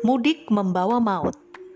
Mudik membawa maut.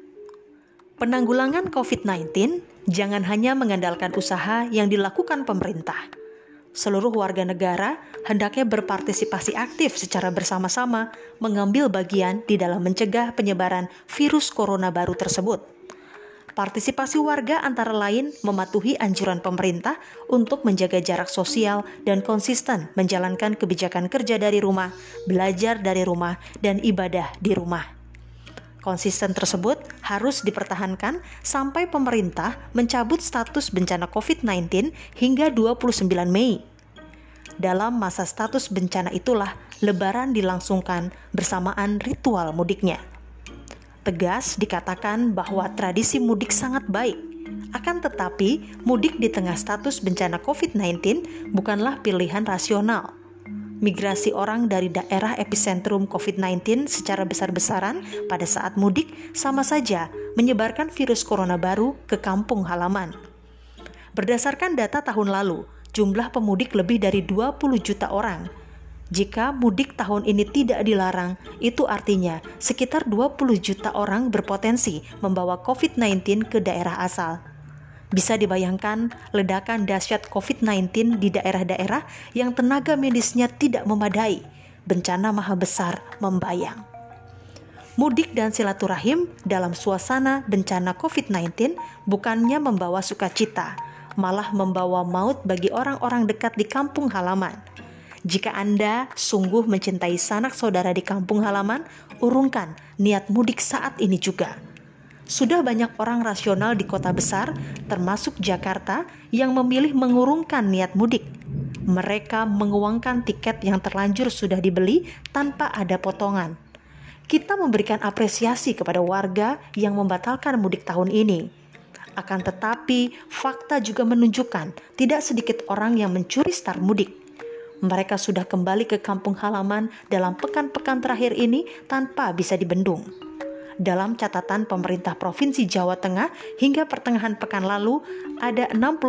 Penanggulangan COVID-19 jangan hanya mengandalkan usaha yang dilakukan pemerintah. Seluruh warga negara hendaknya berpartisipasi aktif secara bersama-sama mengambil bagian di dalam mencegah penyebaran virus corona baru tersebut. Partisipasi warga antara lain mematuhi anjuran pemerintah untuk menjaga jarak sosial dan konsisten menjalankan kebijakan kerja dari rumah, belajar dari rumah, dan ibadah di rumah. Konsisten tersebut harus dipertahankan sampai pemerintah mencabut status bencana COVID-19 hingga 29 Mei. Dalam masa status bencana itulah Lebaran dilangsungkan bersamaan ritual mudiknya. Tegas dikatakan bahwa tradisi mudik sangat baik. Akan tetapi, mudik di tengah status bencana COVID-19 bukanlah pilihan rasional. Migrasi orang dari daerah epicentrum COVID-19 secara besar-besaran pada saat mudik sama saja menyebarkan virus corona baru ke kampung halaman. Berdasarkan data tahun lalu, jumlah pemudik lebih dari 20 juta orang. Jika mudik tahun ini tidak dilarang, itu artinya sekitar 20 juta orang berpotensi membawa COVID-19 ke daerah asal. Bisa dibayangkan ledakan dahsyat COVID-19 di daerah-daerah yang tenaga medisnya tidak memadai. Bencana maha besar membayang. Mudik dan silaturahim dalam suasana bencana COVID-19 bukannya membawa sukacita, malah membawa maut bagi orang-orang dekat di kampung halaman. Jika Anda sungguh mencintai sanak saudara di kampung halaman, urungkan niat mudik saat ini juga. Sudah banyak orang rasional di kota besar, termasuk Jakarta, yang memilih mengurungkan niat mudik. Mereka menguangkan tiket yang terlanjur sudah dibeli tanpa ada potongan. Kita memberikan apresiasi kepada warga yang membatalkan mudik tahun ini. Akan tetapi, fakta juga menunjukkan tidak sedikit orang yang mencuri start mudik. Mereka sudah kembali ke kampung halaman dalam pekan-pekan terakhir ini tanpa bisa dibendung. Dalam catatan pemerintah Provinsi Jawa Tengah hingga pertengahan pekan lalu, ada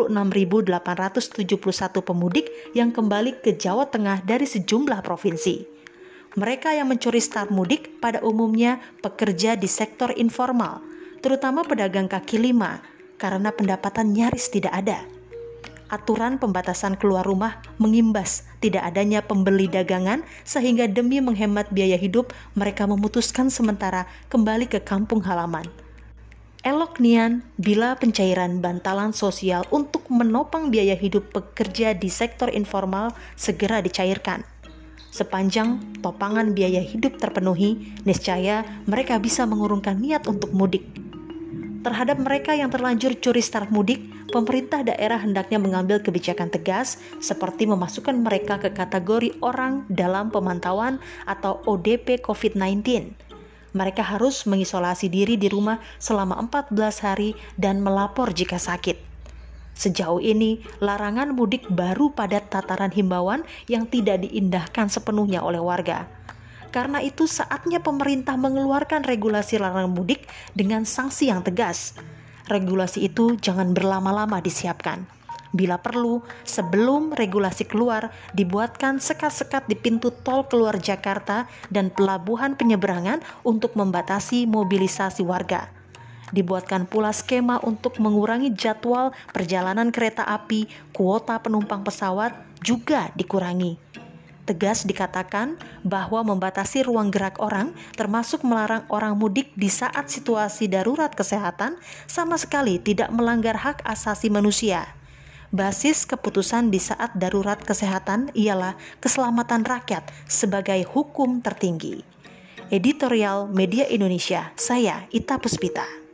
66.871 pemudik yang kembali ke Jawa Tengah dari sejumlah provinsi. Mereka yang mencuri start mudik pada umumnya pekerja di sektor informal, terutama pedagang kaki lima, karena pendapatan nyaris tidak ada. Aturan pembatasan keluar rumah mengimbas tidak adanya pembeli dagangan sehingga demi menghemat biaya hidup mereka memutuskan sementara kembali ke kampung halaman. Elok nian bila pencairan bantalan sosial untuk menopang biaya hidup pekerja di sektor informal segera dicairkan. Sepanjang topangan biaya hidup terpenuhi, niscaya mereka bisa mengurungkan niat untuk mudik. Terhadap mereka yang terlanjur curi start mudik, pemerintah daerah hendaknya mengambil kebijakan tegas seperti memasukkan mereka ke kategori orang dalam pemantauan atau ODP COVID-19. Mereka harus mengisolasi diri di rumah selama 14 hari dan melapor jika sakit. Sejauh ini, larangan mudik baru pada tataran himbauan yang tidak diindahkan sepenuhnya oleh warga. Karena itu saatnya pemerintah mengeluarkan regulasi larangan mudik dengan sanksi yang tegas. Regulasi itu jangan berlama-lama disiapkan. Bila perlu, sebelum regulasi keluar, dibuatkan sekat-sekat di pintu tol keluar Jakarta dan pelabuhan penyeberangan untuk membatasi mobilisasi warga. Dibuatkan pula skema untuk mengurangi jadwal perjalanan kereta api, kuota penumpang pesawat juga dikurangi. Tegas dikatakan bahwa membatasi ruang gerak orang, termasuk melarang orang mudik di saat situasi darurat kesehatan, sama sekali tidak melanggar hak asasi manusia. Basis keputusan di saat darurat kesehatan ialah keselamatan rakyat sebagai hukum tertinggi. Editorial Media Indonesia, saya Ita Puspita.